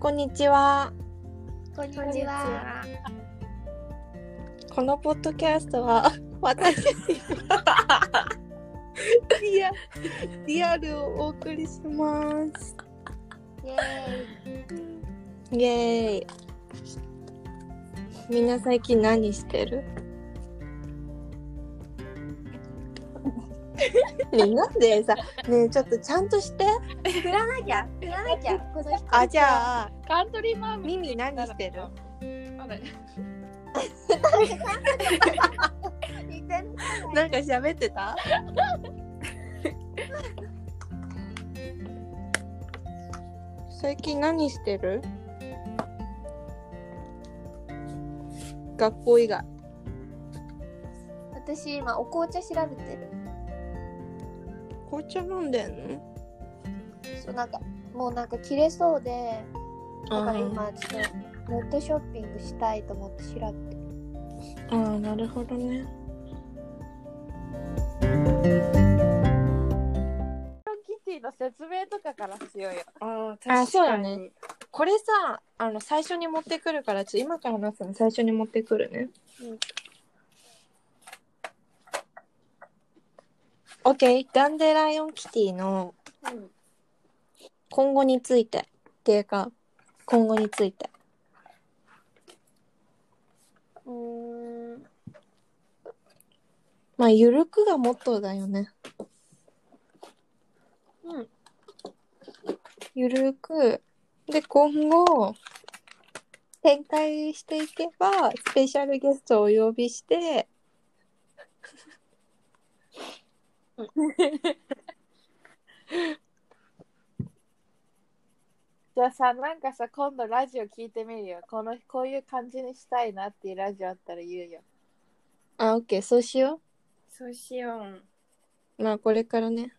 こんにちは。 こんにちは。 このポッドキャストは私たちリアルをお送りします。 イエイエーイ。みんな最近何してる？ね、なんでさ、ねえちょっとちゃんとして。 振らなきゃ。この人。 あ、じゃあカントリーマームミミ何してる？ あれなんか喋ってた？最近何してる？学校以外。 私今お紅茶調べてる。 紅茶飲んでんの？ そうもう切れそうで、だから今ちょっとネットショッピングしたいと思って調べてる。 ああ、なるほどね。 キティの説明とかからしようよ。 あ、そうだね。これさ、最初に持ってくるから、今から話すの最初に持ってくるね。OK、ダンデライオンキティの今後についてっていうか、今後について。まあ、ゆるくがモットーだよね。ゆるく。で、今後、展開していけば、スペシャルゲストをお呼びして、 じゃあさ、今度ラジオ聞いてみるよ。こういう感じにしたいなっていうラジオあったら言うよ。 あ、OK、そうしよそうしよう。まあ、これからね。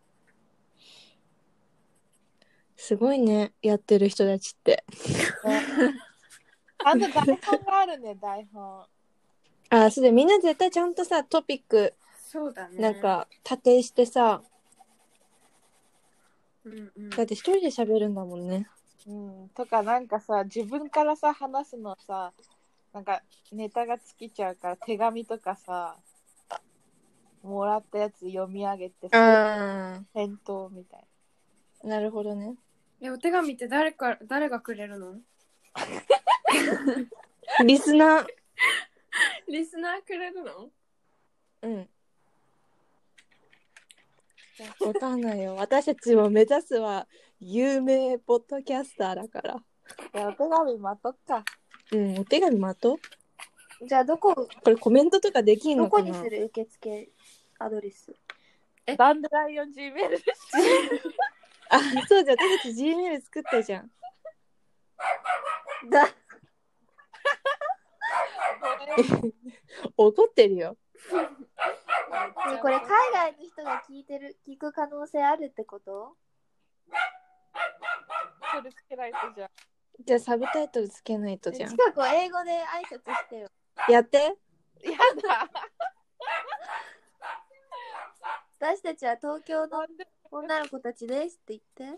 すごいね、やってる人たちって。 台本があるね、台本。 あ、そうで、みんな絶対ちゃんとさ、トピック、 そうだね。 立てしてさ、だだって一人で喋るんだもんね。 とか自分からさ、話すのさ、ネタが尽きちゃうから手紙とかさ、もらったやつ読み上げてあ返答みたいあ、なるほどね。 お手紙って誰がくれるの？ リスナー。 リスナーくれるの？ うん。わかんないよ。私たちも目指すは有名ポッドキャスターだから。 じゃあお手紙待とっか。 お手紙待とう。 じゃあこれコメントとかできんのかな？ どこにする受付アドレス？ ダンデライオン G メールです。 あ、そうじゃん。私たち G メール作ったじゃん。怒ってるよ。 これ海外の人が聞く可能性あるってこと？ それつけないとじゃん。 じゃあサブタイトルつけないとじゃん。 近く英語で挨拶してよ。 やって。 やだ。 私たちは東京の女の子たちですって言って。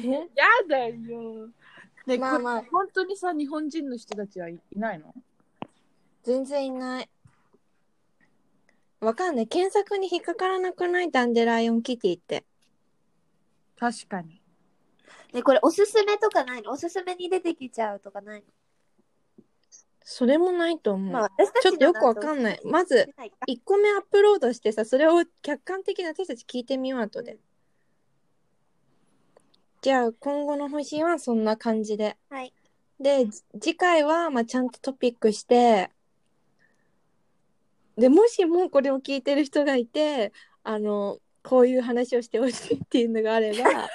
やだよ。ね、 まあまあ本当にさ、日本人の人たちはいないの？ 全然いない。わかんない。検索に引っかからなくない？ダンデライオンキティって。 確かに。 ね、これおすすめとかないの？おすすめに出てきちゃうとかないの？ それもないと思う。 まあ、私たちちょっとよくわかんない。まず1個目アップロードしてさ、それを客観的に私たち聞いてみよう後で。じゃあ今後の方針はそんな感じで。 はい。 で、次回はちゃんとトピックして、でもしもこれを聞いてる人がいて、こういう話をしてほしいっていうのがあれば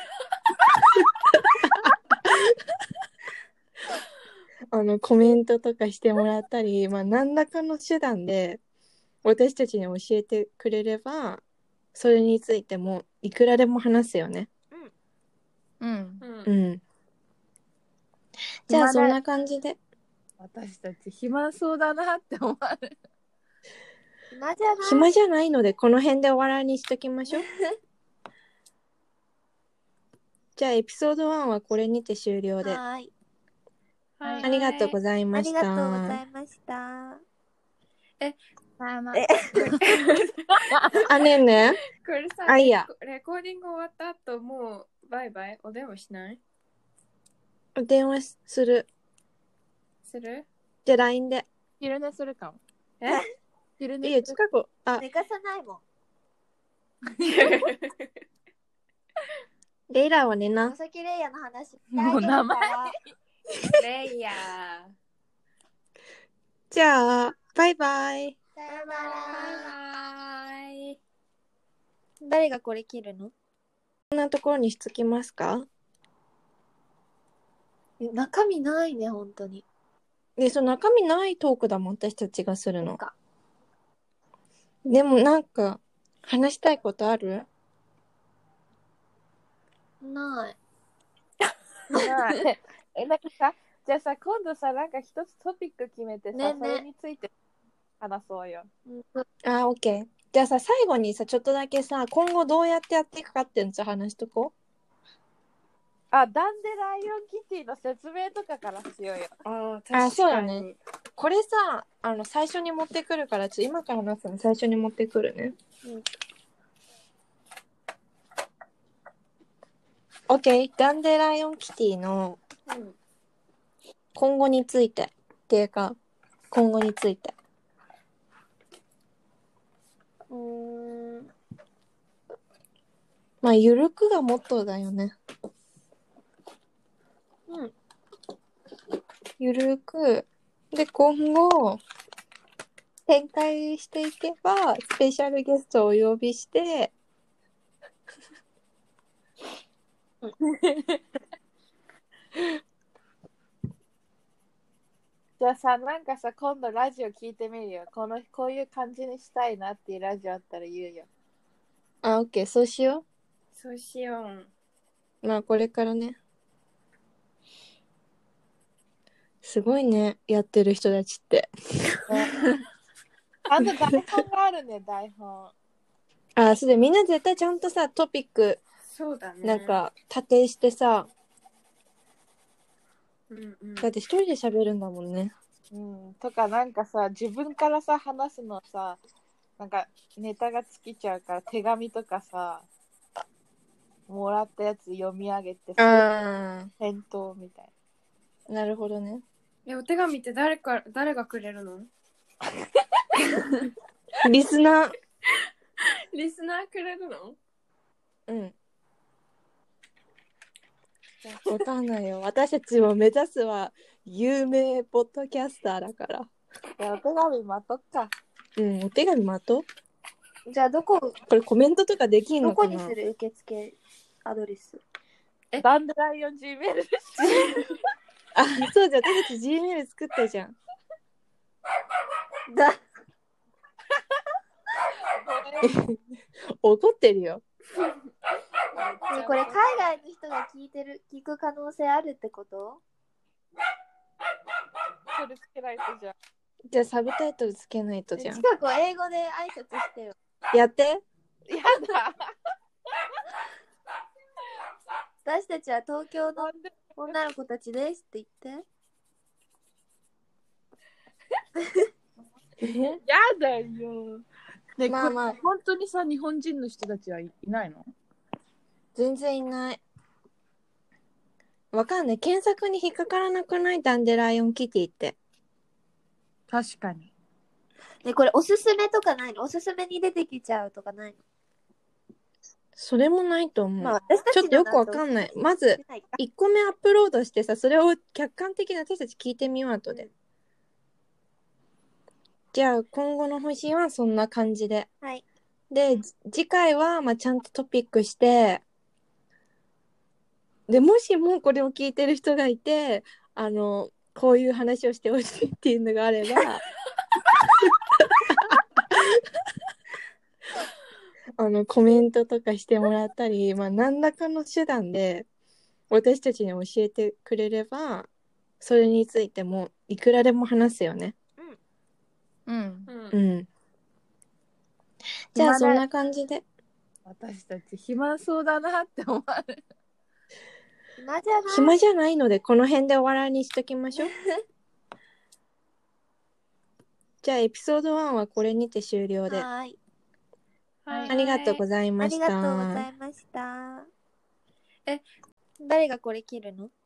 コメントとかしてもらったり、何らかの手段で私たちに教えてくれれば、それについてもいくらでも話すよね。じゃあそんな感じで。 私たち暇そうだなって思われる。 暇じゃないのでこの辺で終わらにしときましょう。 じゃあエピソード1はこれにて終了で。 はい。 ありがとうございあました。 りがとうございました。 あ、ねえねこれさ、 あいいやレコーディング終わった後、もうバイバイお電話しないえ、電話する。 するじゃあ LINE で。 昼寝するかも。昼いいよ、 寝する。 近く。あ、 寝かさないもん。 レイラは寝なま。さきレイヤの話。 もう名前レイヤー。 じゃあ、バイバイ。 さよなバら。 イバイ。 誰がこれ切るの？ こんなところにしつきますか？ 中身ないね、本当に。 で、その中身ないトークだもん、私たちがするの。 なんかでもなんか、話したいことある？ ない。 なんかさ、じゃあさ、今度さ、なんか一つトピック決めてさ、 ねえねえそれについて話そうよ。 あ、オッケー。じゃあさ、最後にさ、ちょっとだけさ、今後どうやってやっていくかっていうのちょっと話しとこあ、ダンデライオンキティの説明とかからしようよ。 あ、 あ、そうだね。これさ、最初に持ってくるから、今から話すの最初に持ってくるね。オッケー。ダンデライオンキティの今後についてっていうか、今後について。まあ、ゆるくがモットーだよね。ゆるく。で、今後、展開していけば、スペシャルゲストをお呼びして、 じゃあさ、なんかさ、今度ラジオ聞いてみるよ。こういう感じにしたいなっていうラジオあったら言うよ。 あ、オッケー、そうしよそうしよう。 う。まあ、これからね。すごいね、やってる人たちって。 ちゃんと台本があるね、台本。 あ、それでみんな絶対ちゃんとさ、トピック、 そうだね。 なんか、立てしてさ、 うんだって一人で喋るんだもんね。 とかなんかさ、自分からさ、話すのさ、なんかネタが尽きちゃうから手紙とかさ、もらったやつ読み上げて、 あ返答みたいー、なるほどね。 お手紙って誰がくれるのリスナー。 リスナーくれるのうん。わかんないよ。私たちも目指すは有名ポッドキャスターだから。 な。じゃあお手紙待とっか。 うん、お手紙待とう。 じゃあこれコメントとかできんのかな？ にする受付アドレス？ ダンデライオン G メールです。 あ、そうじゃん。私たち G メール作ったじゃん。 だ怒ってるよ。 ね、これ海外の人が聞く可能性あるってこと？ それつけられてじゃん。 じゃあサブタイトルつけないとじゃん。 近く英語で挨拶してよ。 やって。 やだ。 私たちは東京の女の子たちですって言って。 やだよ。ね、 まあまあこれ本当にさ、日本人の人たちはいないの？ 全然いない。わかんない。検索に引っかからなくない？ダンデライオンキティって。 確かに。 ね、これおすすめとかないの？おすすめに出てきちゃうとかないの？ それもないと思う。 まあ、私たちちょっとよくわかんない。まず、1個目アップロードしてさ、それを客観的に私たち聞いてみよう後で。じゃあ、今後の星はそんな感じで。 はい。 で、次回は、まあ、ちゃんとトピックして、で、もしもこれを聞いてる人がいて、こういう話をしてほしいっていうのがあれば、コメントとかしてもらったり、まあ、何らかの手段で私たちに教えてくれれば、それについてもいくらでも話すよね。じゃあそんな感じで。 私たち暇そうだなって思われる。 暇じゃない。 暇じゃないのでこの辺で終わりにしときましょう。じゃあエピソード1はこれにて終了で。 はい。 はいありがとうございあましりがとうごたざ。いました。 え、 誰がこれ切るの？